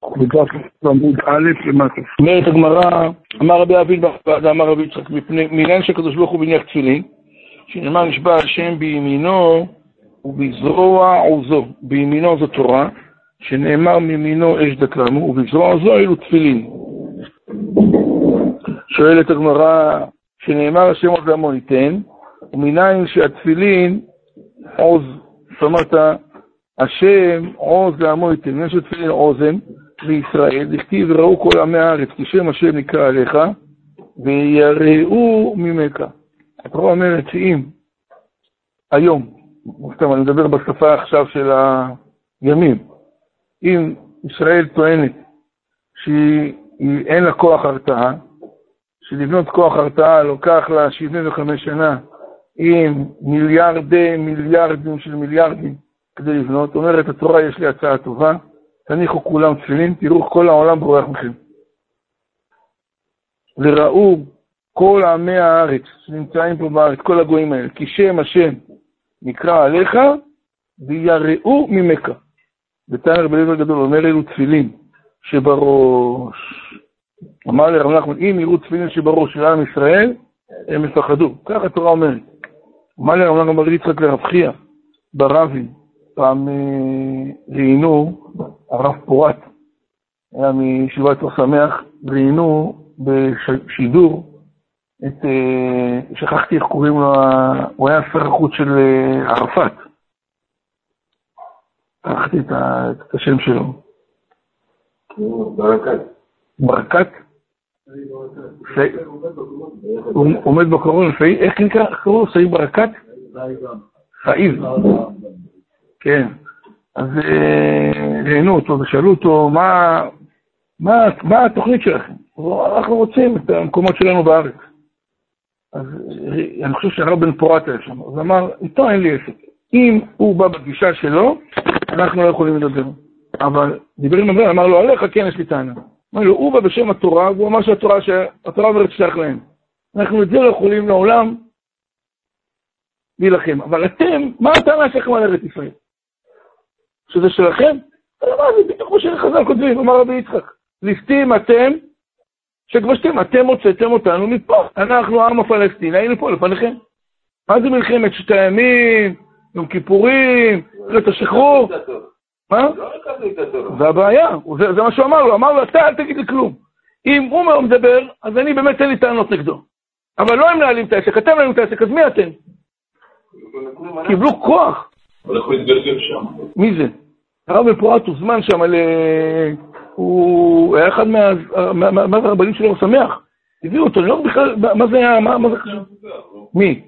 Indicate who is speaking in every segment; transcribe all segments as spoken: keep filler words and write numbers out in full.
Speaker 1: בגלל בעמוד א' למטה. אומרת הגמרא, אמר רבי אביד בוועדה, אמר רבי יצחק, מילן שהקדוש ברוך הוא בניח תפילין, שנאמר נשבע השם בימינו ובזרוע עוזו. בימינו זו תורה, שנאמר מימינו אש דקלמו, ובזרוע עוזו אלו תפילין. שואלת הגמרא, שנאמר השם עוז לעמו ייתן, ומניין שהתפילין עוז, זאת אומרת, השם עוז לעמו ייתן, מניין שהתפילין עוזם לישראל, דכתיב ראו כל עמי הארץ, כי שם השם נקרא עליך, ויראו ממך. התורה אומרת שאם היום, סתם אני מדבר בשפה עכשיו של הימים, אם ישראל טוענת שאין לה כוח הרתעה, שלבנות כוח הרתעה לוקח לה שבעים וחמש שנה עם מיליארדי מיליארדים של מיליארדים כדי לבנות, אומרת התורה יש לי הצעה טובה, תניחו כולם תפילין, תראו כל העולם בורח מכם. וראו כל עמי הארץ שנמצאים פה בארץ, כל הגויים האלה, כי שם השם נקרא עליך ויראו ממך. ותנא רבי אליעזר הגדול אומר אלו תפילין שבראש. אמר לרב נחמן, אם יראו תפילין שבראש של עם ישראל, הם יפחדו. כך התורה אומרת. אמר לרב נחמן בר יצחק לרב חייא ברבי, פעם ראינו, הרב פורת, היה מישיבת אור שמח, ראינו בשידור, את, שכחתי איך קוראים לו, הוא היה שר החוץ של ערפאת. שכחתי את, את השם שלו.
Speaker 2: ברקת.
Speaker 1: ברקת? הוא עומד בקורון, איך נקרא? קראו סעיד ברקת? סעיד. כן. אז ראינו אותו ושאלו אותו, מה, מה, מה התוכנית שלכם? אנחנו רוצים את המקומות שלנו בארץ. אז אני חושב שהרב בן פורת היה שם. אז אמר, איתו אין לי עסק. אם הוא בא בגישה שלו, אנחנו לא יכולים לדבר. אבל דיבר עם הבן, אמר לו, עליך כן יש לי טענה. אמר לו, הוא בא בשם התורה, והוא אמר שהתורה, שהתורה אומרת שייך להם. אנחנו את זה לא יכולים לעולם להילחם. אבל אתם, מה הטענה שלכם על ארץ ישראל? שזה שלכם? מה זה בדיוק כמו שחז"ל כותבים, אמר רבי יצחק. ליסטים אתם, שכבשתם, אתם הוצאתם אותנו מפה. אנחנו העם הפלסטיני, היינו פה לפניכם. מה זה מלחמת שתי הימים, יום כיפורים, את השחרור? מה? זה הבעיה, זה, זה מה שהוא אמר לו, אמר לו, אתה אל תגיד לי כלום. אם הוא מאוד מדבר, אז אני באמת אין לי טענות נגדו. אבל לא הם נעלים את העסק, אתם נעלים את העסק, אז מי אתם? קיבלו כוח.
Speaker 2: הולכו להתגלגל שם.
Speaker 1: מי זה? הרב בן פורת הוא זמן שם, על... הוא היה אחד מהרבנים שלו שמח. הביאו אותו, לא בכלל, מה זה היה, מה זה חשוב? מי?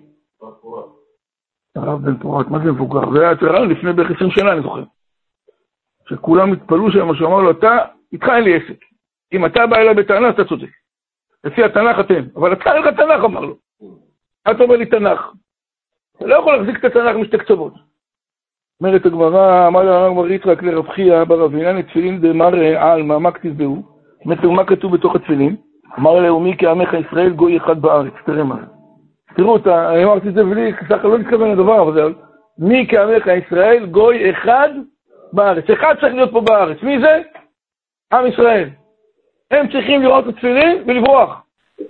Speaker 1: הרב בן פורת, מה זה מבוגר? זה היה תראה לפני בערך עשרים שנה, אני זוכר. שכולם התפלו שם, שהוא אמר לו, אתה, איתך אין לי עסק. אם אתה בא אליי בטענה, אתה צודק. לפי התנ"ך אתם. אבל אתה אין לך תנ"ך, אמר לו. אתה אומר לי תנ"ך. אתה לא יכול להחזיק את התנ"ך משתי קצוות. אומרת הגמרא, אמר לרב בר יצחק לרב חייא ברב עניין תפילין דמראה על מה כתבו. מה כתוב בתוך התפילין? אמר להו מי כעמך ישראל גוי אחד בארץ. תראה מה. תראו אותה, אני אמרתי את זה בלי, ככה לא נתכוון לדבר, אבל זה מי כעמך ישראל גוי אחד בארץ. אחד צריך להיות פה בארץ. מי זה? עם ישראל. הם צריכים לראות את תפילין ולברוח.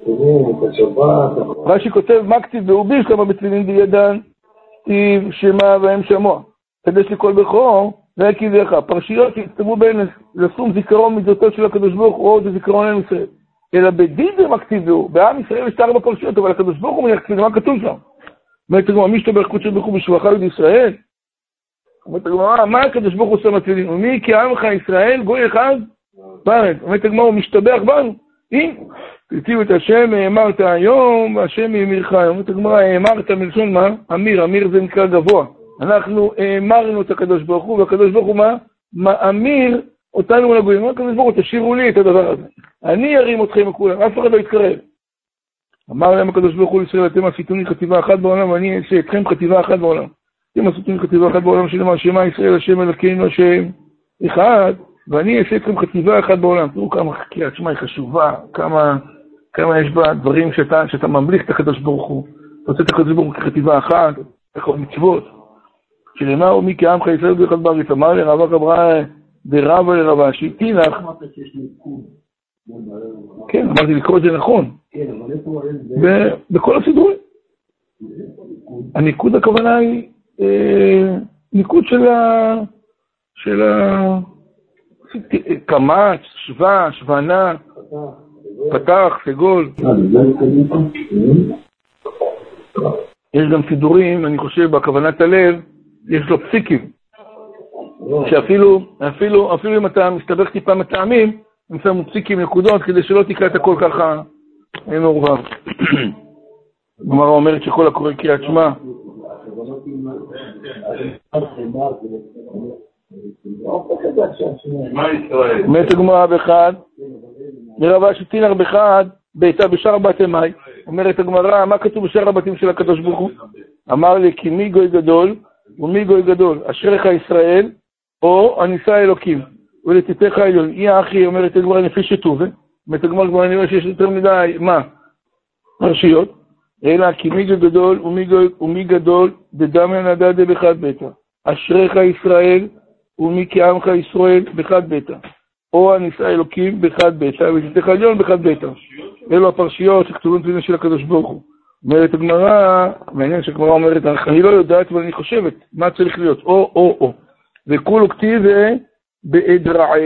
Speaker 1: רש"י כותב מקציב באוביש כמה בתפילין בידן, כתיב שמע והם שמוע. קדש לכל בכור, והקיב לך. פרשיות שהצטברו בין לשום זיכרון מידותיו של הקדוש ברוך הוא עוד זיכרון עם ישראל. אלא בדין זה מקציב באו. בעם ישראל יש ארבע פרשיות, אבל הקדוש ברוך הוא מניח תפילין, מה כתוב שם? אומרת הגמרא, מי שתברך קודשו ברוך הוא בשבחה יהודי ישראל? אומרת הגמרא, מה הקדוש ברוך הוא עושה מתפילין? ומי כי עמך ישראל גוי אחד בארץ. אומרת הגמרא, הוא משתבח בנו. אם תציעו את השם, האמרת היום, השם יאמירך. אומרת הגמרא, האמרת מלשון מה? אמיר, אמיר זה נקרא גבוה. אנחנו האמרנו את הקדוש ברוך הוא, והקדוש ברוך הוא מה? מאמיר אותנו לגויים. אמר הקדוש ברוך הוא, תשאירו לי את הדבר הזה. אני ארים אתכם מכולם, אף אחד לא יתקרב. אמר להם הקדוש ברוך הוא לישראל, אתם עשיתוני חטיבה אחת בעולם, ואני אעשה אתכם חטיבה אחת בעולם. אתם עשיתוני חטיבה אחת בעולם, שנאמר שמע ישראל, השם אלוקינו, השם אחד, ואני אעשה אתכם חטיבה אחת בעולם. תראו כמה קריאת שמע היא חשובה, כמה, כמה יש בה דברים שאתה, שאתה ממליך את הקדוש ברוך הוא. אתה רוצה את הקדוש ברוך הוא כחטיבה אחת, ככה מצוות. שנאמר מי כעמך ישראל גוי אחד בארץ. אמר לרב אברהם, דרבה לרבשי, תינח. כן, אמרתי לקרוא את זה נכון. בכל הסידורים. הניקוד הכוונה היא ניקוד של ה... של ה... קמץ, שווה, שוונה, פתח, סגול. יש גם סידורים, אני חושב, בכוונת הלב, יש לו פסיקים. שאפילו, אפילו, אפילו אם אתה מסתבך טיפה מטעמים, הם שמו פסיקים נקודות כדי שלא תקרא את הכל ככה מעורבב. גמרא אומרת שכל הקורא קריאת שמע. אומרת הגמרא באחד, לרבשי תינח באחד, ביתה בשאר בתי מאי. אומרת הגמרא, מה כתוב בשאר הבתים של הקדוש ברוך הוא? אמר לי, כי מי גוי גדול ומי גוי גדול, אשריך ישראל או הניסה אלוקים ולתיתך העליון. היא אחי, אומרת הגמרא, נפי שטובה. אומרת הגמרא, כבר אני רואה שיש יותר מדי, מה? פרשיות. אלא כי מי גוי גדול ומי, גוי, ומי גדול בדם ינדד באחד ביתה. אשריך ישראל ומי כעמך ישראל באחד ביתה. או הניסה אלוקים באחד ביתה ולתיתך העליון באחד ביתה. אלו הפרשיות שכתובות בדין של הקדוש ברוך הוא. אומרת הגמרא, מעניין שהגמרא אומרת, אני לא יודעת, אבל אני חושבת, מה צריך להיות? או, או, או. וכולו כתיב באדרעי.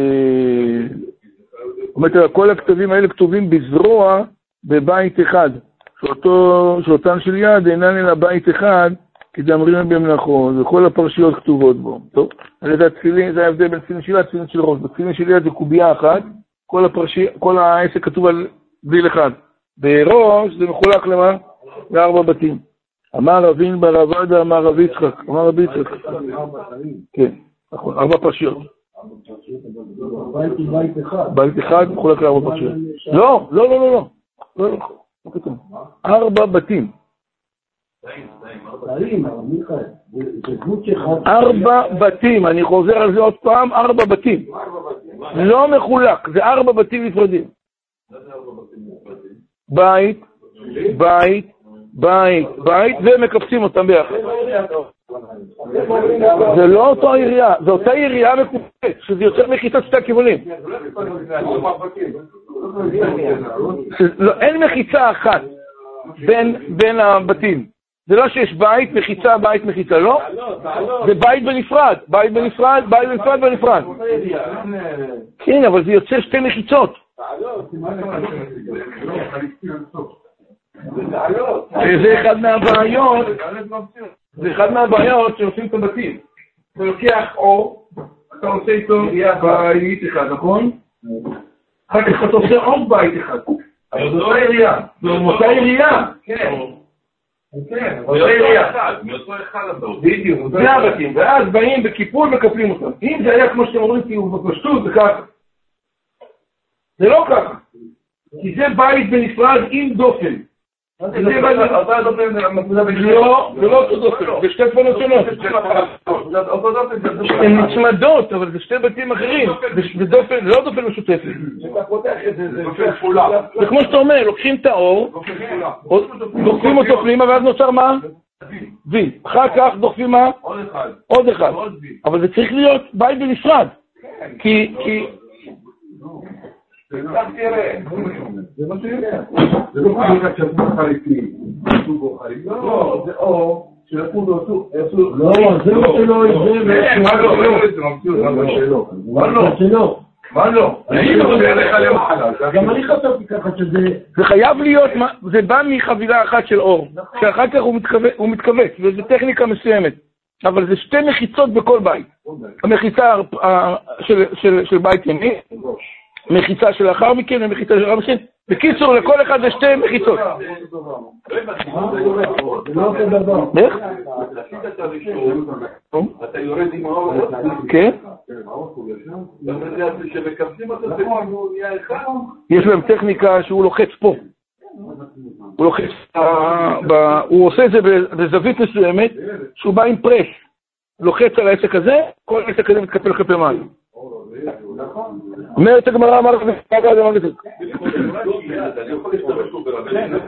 Speaker 1: זאת אומרת, כל הכתבים האלה כתובים בזרוע בבית אחד. שאותו, שאותן של יד אינן אלא בית אחד, כדאמרים במלאכו, וכל הפרשיות כתובות בו. טוב, על זה התפילין, זה ההבדל בין תפילין של יד, תפילין של ראש. בתפילין של יד זה קובייה אחת, כל הפרשי, כל העסק כתוב על בליל אחד. בראש זה מחולק למה? לארבע בתים. אמר רבין ברבדה, אמר רב יצחק, אמר רב יצחק. כן, נכון, ארבע פרשיות. בית אחד מחולק לארבע פרשיות. לא, לא, לא, לא, לא. ארבע בתים. ארבע בתים, אני חוזר על זה עוד פעם, ארבע בתים. לא מחולק, זה ארבע בתים נפרדים. בית, בית, בית, בית, ומקפצים אותם ביחד. זה לא אותו עירייה, זה אותה עירייה מקופת, שזה יוצר מחיצות שתי הכיוונים. אין מחיצה אחת בין הבתים. זה לא שיש בית, מחיצה, בית, מחיצה, לא? זה בית בנפרד, בית בנפרד, בית בנפרד, בנפרד. כן, אבל זה יוצר שתי מחיצות. זה אחד מהבעיות, זה אחד מהבעיות שעושים את הבתים. אתה לוקח אור, אתה עושה איתו בית אחד, נכון? אחר כך אתה עושה עוד בית אחד. אבל זו אותה עירייה. זו אותה עירייה. כן. כן, אותה עירייה. מאותו אחד אתה עושה. בדיוק, זה הבתים. ואז באים בכיפור וכפלים אותם. אם זה היה כמו שאתם אומרים, כי הוא בפשטות, זה ככה. זה לא ככה. כי זה בית בנפרד עם דופן. זה אותה דופן, לא, זה לא אותו דופן, זה שתי דפנות שונות. הן נצמדות, אבל זה שתי בתים אחרים. זה דופן, לא דופן משותפת. זה כמו שאתה אומר, לוקחים את האור, דוחפים אותו פנימה, ואז נוצר מה? וי. אחר כך דוחפים מה? עוד אחד. אבל זה צריך להיות בית בנפרד. כי... זה לא שיהיה. זה לא חליקה שעשו חליקים. עשו בו חליקים. לא, זה אור שעשו בו עשו. לא, זה לא שלו, זה... מה לא? מה לא? מה לא? אני לא רוצה לך למעלה. גם אני חשבתי ככה שזה... זה חייב להיות, זה בא מחבילה אחת של אור. שאחר כך הוא מתכווץ, וזו טכניקה מסוימת. אבל זה שתי מחיצות בכל בית. המחיצה של בית ימין, מחיצה שלאחר מכן ומחיצה שלאחר מכן. בקיצור, לכל אחד זה שתי מחיצות. איך? אתה יורד עם האור. כן? יש להם טכניקה שהוא לוחץ פה. הוא לוחץ, הוא עושה את זה בזווית מסוימת, שהוא בא עם פרס. לוחץ על העסק הזה, כל העסק הזה מתקפל כלפי מעלה. אומרת הגמרא, אמר לך,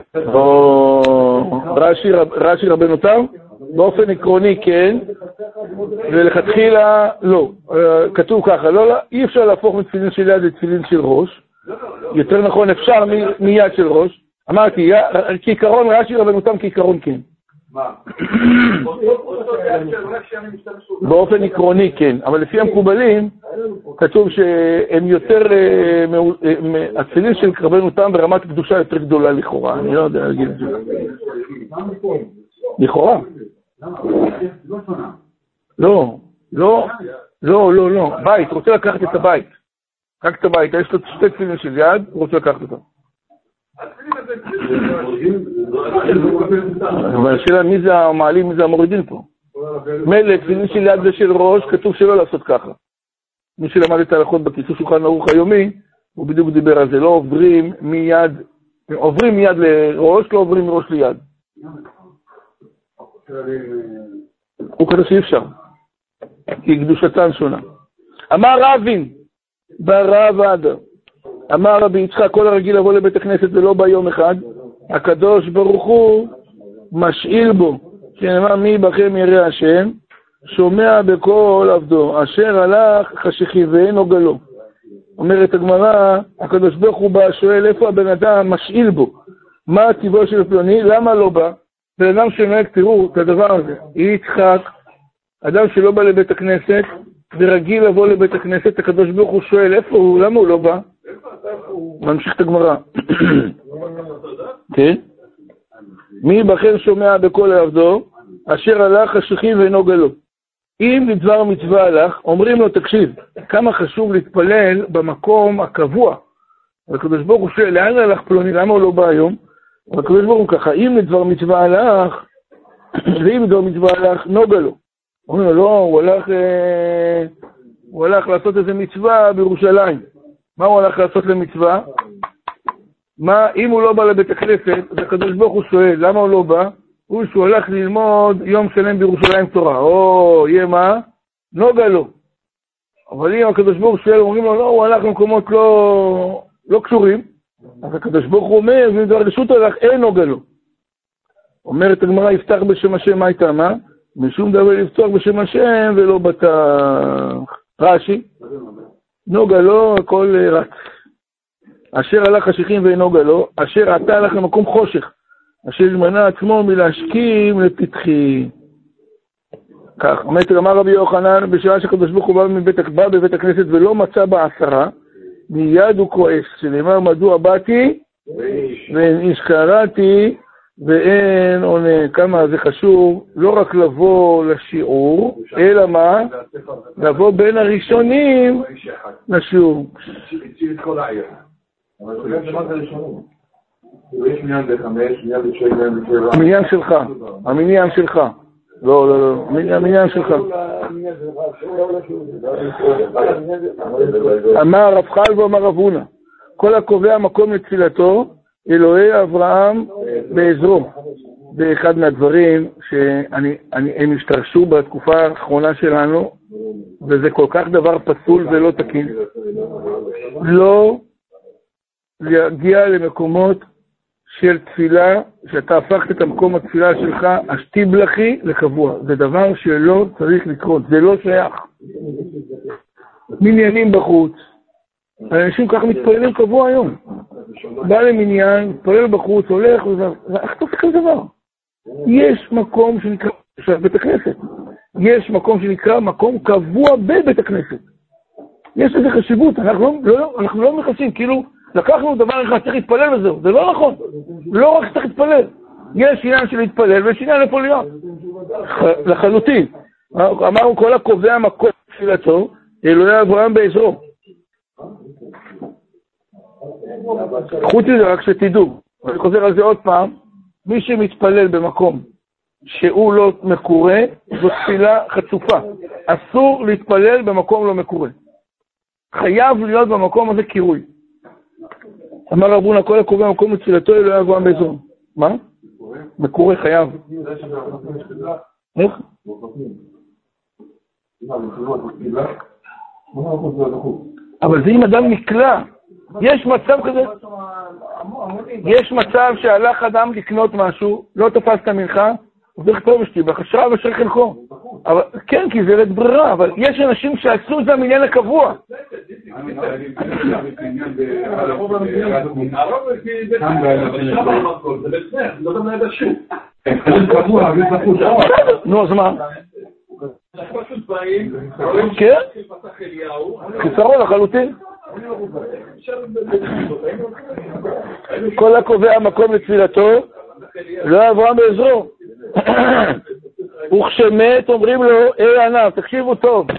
Speaker 1: רש"י רבנותיו, באופן עקרוני כן, ולכתחילה, לא, כתוב ככה, לא, אי אפשר להפוך מתפילין של יד לתפילין של ראש, יותר נכון אפשר מיד של ראש, אמרתי, כעיקרון רש"י רבנותם כעיקרון כן. מה? באופן עקרוני כן, אבל לפי המקובלים כתוב שהם יותר, התפילין של רבנותם ברמת קדושה יותר גדולה לכאורה, אני לא יודע להגיד את זה. לכאורה. לא, לא, לא, לא, לא, בית, רוצה לקחת את הבית. רק את הבית, יש לו שתי תפילין של יד, הוא רוצה לקחת אותם. אבל השאלה מי זה המעלים, מי זה המורידים פה? מלא, תפילין של יד ושל ראש, כתוב שלא לעשות ככה. מי שלמד את ההלכות בכיסוי שולחן ערוך היומי, הוא בדיוק דיבר על זה, לא עוברים מיד, עוברים מיד לראש, לא עוברים מראש ליד. הוא כתוב שאי אפשר, כי קדושתן שונה. אמר רבין, ברב עדה, אמר רבי יצחק, כל הרגיל לבוא לבית הכנסת ולא בא יום אחד, הקדוש ברוך הוא משאיל בו, שנאמר מי בכם ירא השם, שומע בכל עבדו, אשר הלך חשיכי ואין עוגלו. אומרת הגמרא, הקדוש ברוך הוא בא, שואל איפה הבן אדם משאיל בו, מה הטבעו של פלוני, למה לא בא? בן אדם שנוהג, תראו את הדבר הזה, יצחק, אדם שלא בא לבית הכנסת, ורגיל לבוא לבית הכנסת, הקדוש ברוך הוא שואל איפה הוא, למה הוא לא בא? ממשיך את הגמרא. כן? מי בכם שומע בכל עבדו, אשר הלך חשיכי ואינו גלו. אם לדבר מצווה הלך, אומרים לו, תקשיב, כמה חשוב להתפלל במקום הקבוע. הקדוש ברוך הוא שואל, לאן הלך פלוני, למה הוא לא בא היום? הקדוש ברוך הוא ככה, אם לדבר מצווה הלך, ואם לדבר מצווה הלך, נוגה לו. אומרים לו, לא, הוא הלך, אה, הוא הלך לעשות איזה מצווה בירושלים. מה הוא הלך לעשות למצווה? מה, אם הוא לא בא לבית הכנסת, אז הקדוש ברוך הוא שואל, למה הוא לא בא? הוא שהוא הלך ללמוד יום שלם בירושלים תורה. או, יהיה מה? נוגה לו. אבל אם הקדוש ברוך הוא שואל, אומרים לו, לא, הוא הלך למקומות לא, לא קשורים. אז הקדוש ברוך הוא אומר, ואם דבר רשות הלך, אין נוגה לו. אומרת הגמרא, יפתח בשם השם, מה הייתה, מה? משום דבר לפתוח בשם השם ולא בטח. רש"י, נוגה לו, הכל רץ. אשר הלך חשיכים ואינוגה לו, אשר עתה הלך למקום חושך, אשר מנע עצמו מלהשכים לפתחי. כך, אומרת, אמר רבי יוחנן, בשעה שקדוש ברוך הוא בא מבית, בא בבית הכנסת ולא מצא בעשרה, מיד הוא כועס, שנאמר מדוע באתי, ואין איש קראתי, ואין עונה. כמה זה חשוב, לא רק לבוא לשיעור, אלא מה? לבוא בין הראשונים לשיעור. המניין שלך, המניין שלך. לא, לא, לא, המניין שלך. אמר רב חלב ואמר רב הונא, כל הקובע מקום לתפילתו, אלוהי אברהם בעזרו. זה אחד מהדברים שהם השתרשו בתקופה האחרונה שלנו, וזה כל כך דבר פסול ולא תקין. לא להגיע למקומות של תפילה, שאתה הפכת את המקום התפילה שלך, השתיבלחי לקבוע. זה דבר שלא צריך לקרות, זה לא שייך. מניינים בחוץ. האנשים ככה מתפללים קבוע היום. בא למניין, מתפלל בחוץ, הולך, איך אתה עושה כזה דבר? יש מקום שנקרא, בית הכנסת. יש מקום שנקרא מקום קבוע בבית הכנסת. יש איזו חשיבות, אנחנו לא, אנחנו לא מכסים, כאילו, לקחנו דבר אחד, צריך להתפלל וזהו. זה לא נכון. לא רק שצריך להתפלל. יש עניין של להתפלל ויש עניין איפה להיות. לחלוטין. אמרנו כל הקובע מקום תפילתו, אלוהי אברהם בעזרו. חוץ מזה רק שתדעו, אני חוזר על זה עוד פעם, מי שמתפלל במקום שהוא לא מקורה, זו תפילה חצופה. אסור להתפלל במקום לא מקורה. חייב להיות במקום הזה קירוי. אמר רב הונא, כל הקובע מקום לתפילתו אלוהי אברהם בעזרו. מה? מקורה חייב. איך? אבל זה אם אדם נקלע. יש מצב כזה, יש מצב שהלך אדם לקנות משהו, לא תפסת מנחה, ובך טוב אשתי, בחשרה ושל חלקו. אבל, כן, כי זה רד ברירה, אבל יש אנשים שעשו את זה המניין הקבוע. נו, אז מה? כן? חיסרון לחלוטין. כל הקובע מקום לתפילתו, לא אברהם בעזרו. וכשמת אומרים לו, אי עניו, תקשיבו טוב.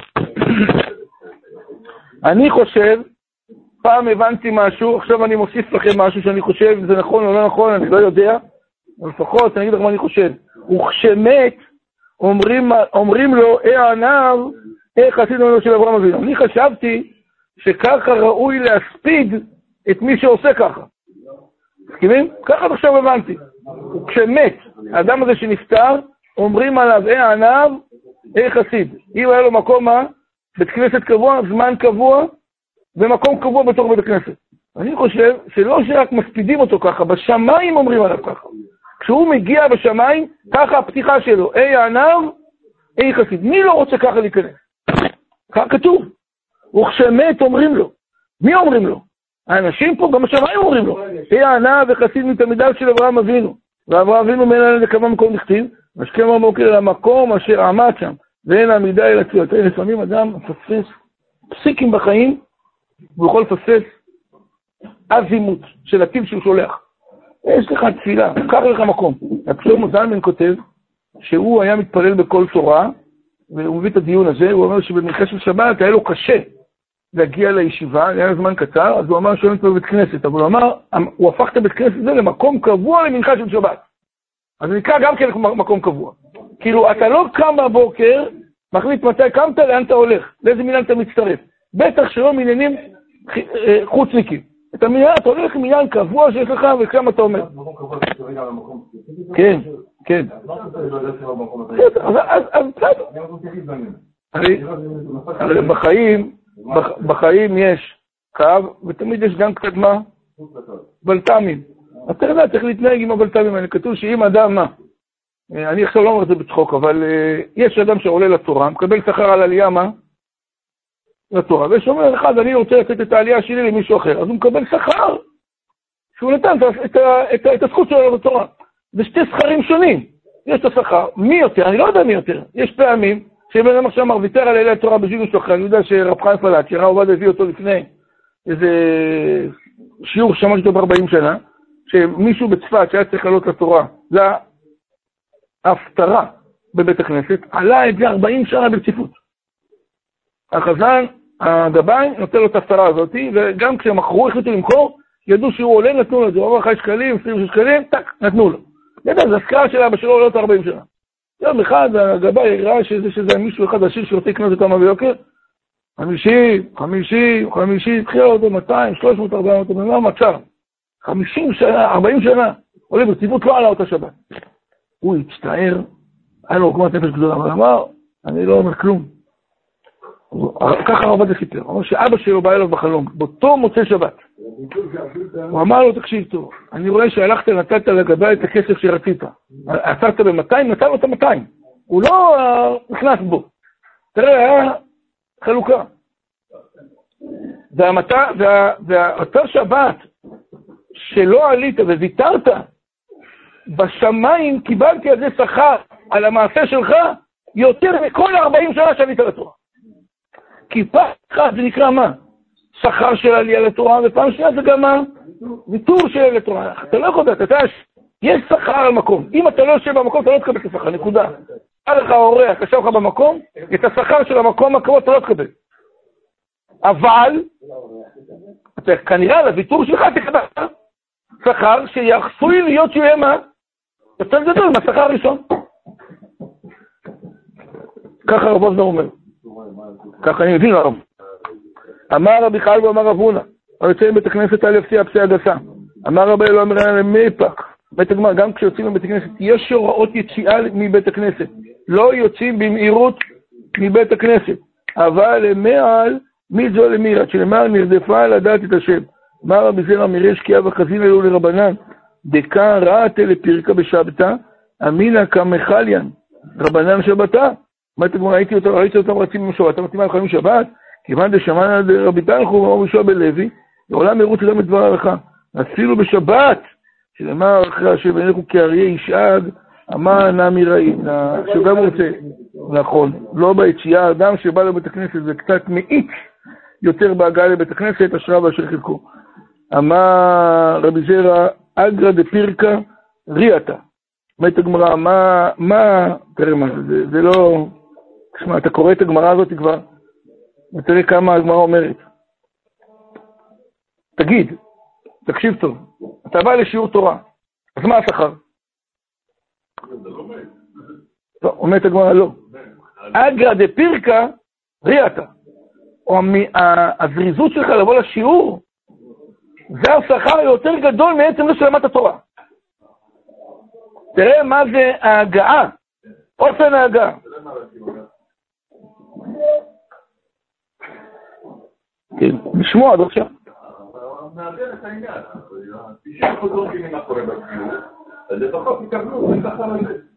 Speaker 1: אני חושב, פעם הבנתי משהו, עכשיו אני מוסיף לכם משהו שאני חושב, זה נכון או לא נכון, אני לא יודע, אבל לפחות אני אגיד לך מה אני חושב. וכשמת אומרים, אומרים לו, אי עניו, איך עשינו לו של אברהם אבינו. אני חשבתי שככה ראוי להספיד את מי שעושה ככה. מסכימים? ככה עד עכשיו הבנתי. וכשמת, האדם הזה שנפטר, אומרים עליו, אה עניו, אה חסיד. אם היה לו מקום מה? בית כנסת קבוע, זמן קבוע, ומקום קבוע בתוך בית הכנסת. אני חושב שלא שרק מספידים אותו ככה, בשמיים אומרים עליו ככה. כשהוא מגיע בשמיים, ככה הפתיחה שלו, אה עניו, אה חסיד. מי לא רוצה ככה להיכנס? ככה כתוב. וכשמת אומרים לו. מי אומרים לו? האנשים פה גם בשמיים אומרים לו. אה עניו וחסיד מתלמידיו של אברהם אבינו. ואברהם אבינו מנה לכמה מקום נכתיב, משכם המוקר למקום אשר עמד שם, ואין עמידה אל התפילות. לפעמים אדם מפספס פסיקים בחיים, והוא יכול לפספס אזימות של הטיב שהוא שולח. יש לך תפילה, קח לך מקום. שלמה זלמן כותב שהוא היה מתפלל בכל תורה, והוא מביא את הדיון הזה, הוא אומר שבמנחה של שבת היה לו קשה להגיע לישיבה, היה זמן קצר, אז הוא אמר שהוא מתפלל בבית כנסת, אבל הוא אמר, הוא הפך את הבית כנסת הזה למקום קבוע למנחה של שבת. אז זה נקרא גם כן מקום קבוע. כאילו, אתה לא קם בבוקר, מחליט מתי קמת, לאן אתה הולך, לאיזה מניין אתה מצטרף. בטח שלא מניינים חוצניקים. את המניין, אתה הולך עם מניין קבוע שיש לך, וכמה אתה אומר. כן, כן. אז בסדר. הרי בחיים, בחיים יש קו, ותמיד יש גם קצת מה? בלת"מים. אתה יודע, צריך להתנהג עם הבלת"מים האלה. כתוב שאם אדם מה? אני עכשיו לא אומר את זה בצחוק, אבל יש אדם שעולה לתורה, מקבל שכר על עלייה מה? לתורה. ויש אומר אחד, אני רוצה לתת את העלייה שלי למישהו אחר. אז הוא מקבל שכר שהוא נתן את, את, את הזכות שלו לתורה. זה שתי שכרים שונים. יש את השכר. מי יותר? אני לא יודע מי יותר. יש פעמים שבן אדם עכשיו מרוויתר על עלייה לתורה בשביל מישהו אחר. אני יודע שרב חיים פלאצ'י, הרב עובדיה הביא אותו לפני איזה שיעור ששמעתי אותו ב-ארבעים שנה, שמישהו בצפת שהיה צריך לעלות לתורה, זה ההפטרה בבית הכנסת, עלה את זה ארבעים שנה ברציפות. החזן, הגבאי, נותן לו את ההפטרה הזאת, וגם כשמכרו, החליטו למכור, ידעו שהוא עולה, נתנו לו את זה, הוא אמר חמש שקלים, עשרים שקלים, טק, נתנו לו. ידע, זה השכרה של אבא שלו עולה אותו ארבעים שנה. יום אחד, הגבאי ראה שזה, שזה מישהו אחד עשיר שרוצה לקנות את כמה ביוקר, חמישי, חמישי, חמישי, התחילה אותו מאתיים, שלוש מאות, ארבע מאות, מה מצא? חמישים שנה, ארבעים שנה, עולה ברציפות, לא עלה אותה שבת. הוא הצטער, היה לו עוגמת נפש גדולה, אבל אמר, אני לא אומר כלום. ככה הרב עובדיה סיפר, הוא אמר שאבא שלו בא אליו בחלום, באותו מוצא שבת. הוא אמר לו, תקשיב טוב, אני רואה שהלכת, נתת לגבי את הכסף שרצית. עצרת ב-מאתיים, נתן לו את ה-מאתיים. הוא לא נכנס בו. תראה, היה חלוקה. והאותה שבת שלא עלית וויתרת, בשמיים קיבלתי על זה שכר, על המעשה שלך, יותר מכל ארבעים שנה שעלית לתורה. כי פעם אחת זה נקרא מה? שכר של עלייה לתורה, ופעם שנייה זה גם מה? ויתור של עלייה לתורה. אתה לא יכול לדעת, אתה יש שכר על מקום. אם אתה לא יושב במקום, אתה לא תקבל את השכר, נקודה. היה לך אורח, ישב לך במקום, את השכר של המקום הקרוב אתה לא תקבל. אבל, אתה כנראה לוויתור שלך תקבל שכר שיחסוי להיות שיהיה מה? יותר גדול מהשכר הראשון. ככה רב עובדיה אומר. ככה אני מבין לרב. אמר רבי חיים ואמר רב הונא, היוצאים בית הכנסת א' פסיעה פסיעה גסה. אמר רבי אלוהים רעיון למפח. בית הגמרא, גם כשיוצאים מבית הכנסת, יש הוראות יציאה מבית הכנסת. לא יוצאים במהירות מבית הכנסת. אבל למעל, מי זו למירת, שלמעל נרדפה לדעת את השם. אמר רבי זרע מירש קיאה וחזין אלו לרבנן, דקה רעתה לפרקה בשבתה, אמינא כמחליין, רבנן שבתה, אמרתי הגמרא, ראיתי אותם, ראיתי אותם רצים בשבת, אמרתי מה הם חיים שבת? כיוון דשמענה דרבי תנחום ואמר רבי יהושע בן לוי, לעולם ירוץ אדם את דבר ההלכה. אפילו בשבת, שנאמר אחרי השם ילכו כאריה ישאג, אמר נמי ראינה, שגם רוצה, נכון, לא ביציאה, אדם שבא לבית הכנסת זה קצת מאיץ יותר בהגעה לבית הכנסת, אשריו ואשר חלקו. אמר רבי זרע, אגרא דפירקא ריאתא. אומרת הגמרא, מה, מה, תראה מה זה, זה, זה לא, תשמע, אתה קורא את הגמרא הזאת כבר, ותראה כמה הגמרא אומרת. תגיד, תקשיב טוב, אתה בא לשיעור תורה, אז מה השכר? לא, אומרת הגמרא, לא. אגרא דפירקא ריאתא. או הזריזות שלך לבוא לשיעור, זה השכר יותר גדול מעצם לשלמת התורה. תראה מה זה ההגעה, אופן ההגעה. כן, לשמוע עד עכשיו.
Speaker 2: מעבר את העניין, תשעה חוזרים עם מה קורה בשיעור, אז לפחות יקבלו, זה שכר על זה.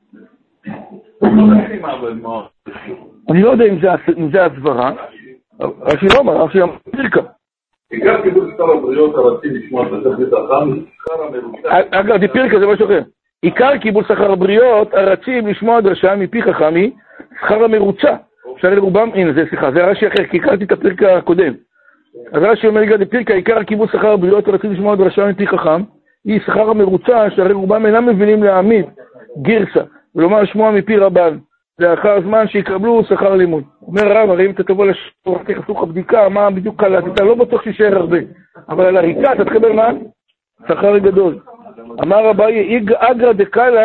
Speaker 1: אני לא יודע אם זה הסברה, רש"י לא אמר, רש"י אמר פירקא.
Speaker 2: עיקר קיבול שכר הבריאות הרצים לשמוע את התחבית החם, שכר המרוצה.
Speaker 1: אגב, פירקא זה משהו אחר. עיקר קיבול שכר הבריאות הרצים לשמוע דרשה מפי חכמי, שכר המרוצה. אפשר לרובם, הנה זה סליחה, זה רש"י אחר, כי הכרתי את הפירקא הקודם. אז רש"י אומר גד פירקא, עיקר קיבול שכר הבריאות הרצים לשמוע דרשה מפי חכם, היא שכר המרוצה, שהרי רובם אינם מבינים להעמיד גרסה, ולומר שמוע מפי רבן. לאחר זמן שיקבלו שכר לימוד. אומר רב, הרי אם אתה תבוא לשיעור, תעשו לך בדיקה, מה בדיוק קלט, אתה לא בטוח שישאר הרבה. אבל על הריקה, אתה תקבל מה? שכר גדול. אמר אביי, אגרא דקאלה,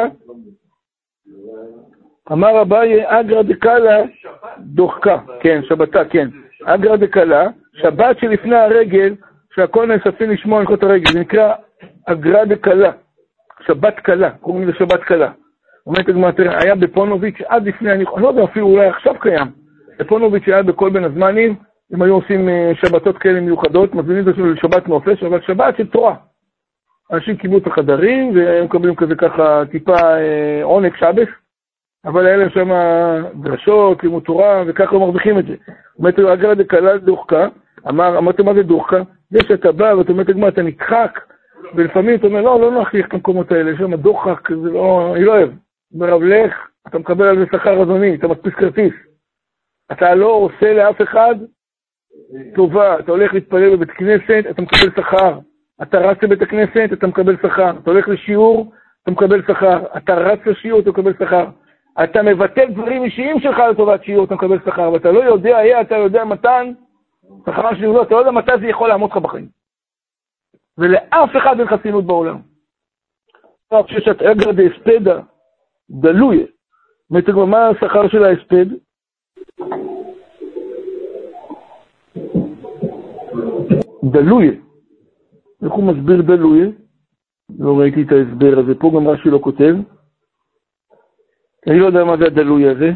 Speaker 1: אמר אביי, אגרא דקאלה, דוחקה. כן, שבתה, כן. אגרא דקאלה, שבת שלפני הרגל, שהכל נאספים לשמוע הלכות הרגל. זה נקרא אגרא דקאלה. שבת קלה, קוראים לזה שבת קלה. אומרת הגמרא, היה בפונוביץ' עד לפני, אני לא יודע אפילו אולי עכשיו קיים, בפונוביץ' היה בכל בין הזמנים, הם היו עושים שבתות כאלה מיוחדות, מזמינים את זה לשבת נופש, אבל שבת של תורה. אנשים קיבלו את החדרים, והם מקבלים כזה ככה טיפה אה, עונג שבס, אבל היה להם שם דרשות, לימוד תורה, וככה לא מרוויחים את זה. אומרת אגרא דקאלה דוחקה, אמר, אמרתם מה זה דוחקה? זה שאתה בא ואתה אומרת הגמרא, אתה נדחק, ולפעמים אתה אומר, לא, לא נוכיח את המקומות האלה, יש שם דוחק, זה לא, אני לא אוהב. ברב לך, אתה מקבל על זה שכר אדוני, אתה מדפיס כרטיס. אתה לא עושה לאף אחד טובה, אתה הולך להתפלל בבית כנסת, אתה מקבל שכר. אתה רץ לבית הכנסת, אתה מקבל שכר. אתה הולך לשיעור, אתה מקבל שכר. אתה רץ לשיעור, אתה מקבל שכר. אתה מבטל דברים אישיים שלך לטובת שיעור, אתה מקבל שכר. ואתה לא יודע, היה, אתה יודע מתן, שכר שלי לא, אתה לא יודע מתי זה יכול לעמוד לך בחיים. ולאף אחד אין חסינות בעולם. עכשיו ששת אגרא דאספדא, דלויה. מה השכר של ההספד? דלויה. איך הוא מסביר דלויה? לא ראיתי את ההסבר הזה. פה גם רש"י לא כותב. אני לא יודע מה זה הדלויה הזה.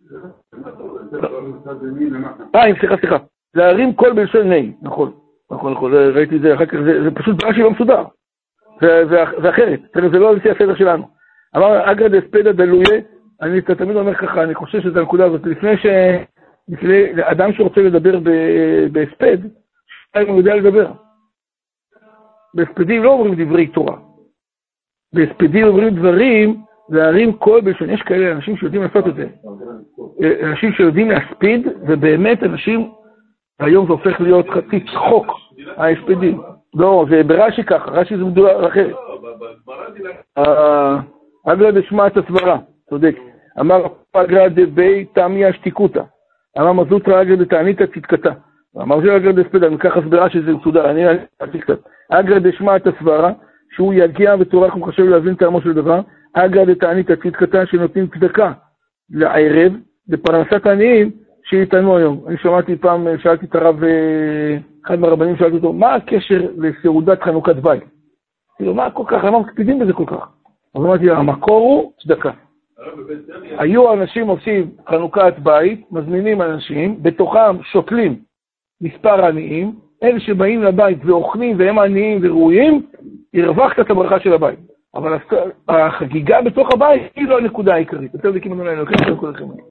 Speaker 1: אה, סליחה, סליחה. להרים קול בלשון נהי. נכון, נכון, נכון. ראיתי את זה אחר כך. זה פשוט רש"י לא מסודר. זה אחרת. זה לא לפי הסדר שלנו. אמר אגרא דאספדא דלויה, אני תמיד אומר ככה, אני חושב שזו הנקודה הזאת, לפני ש... לפני אדם שרוצה לדבר בהספד, שתיים הוא יודע לדבר. בהספדים לא אומרים דברי תורה. בהספדים אומרים דברים, להרים קול בלשון. יש כאלה אנשים שיודעים לעשות את זה. אנשים שיודעים להספיד, ובאמת אנשים, היום זה הופך להיות חצי צחוק, ההספדים. לא, זה ברש"י ככה, רש"י זה מדובר אחרת. אגרא דשמעתא סברה, צודק. אמר אגרא דבי תמיה שתיקותא. אמר מזוטרא אגרא דתעניתא צדקתא. אמר זה אגרא דאספדא, אני ככה הסברה שזה מסודר, אני אעשה קצת. אגרא דשמעתא סברה, שהוא יגיע וטורח ומחשב להבין טעמו של דבר. אגרא דתעניתא צדקתא, שנותנים צדקה לערב, בפרנסת העניים שיתנו היום. אני שמעתי פעם, שאלתי את הרב, אחד מהרבנים, שאלתי אותו, מה הקשר לסעודת חנוכת בית? כאילו, מה כל כך, למה מקפידים בזה כל כך? אז אמרתי, המקור הוא צדקה. היו אנשים עושים חנוכת בית, מזמינים אנשים, בתוכם שותלים מספר עניים, אלה שבאים לבית ואוכלים והם עניים וראויים, הרווחת את הברכה של הבית. אבל החגיגה בתוך הבית היא לא הנקודה העיקרית. יותר דקים אדוני, אני לוקח את הכל לכם.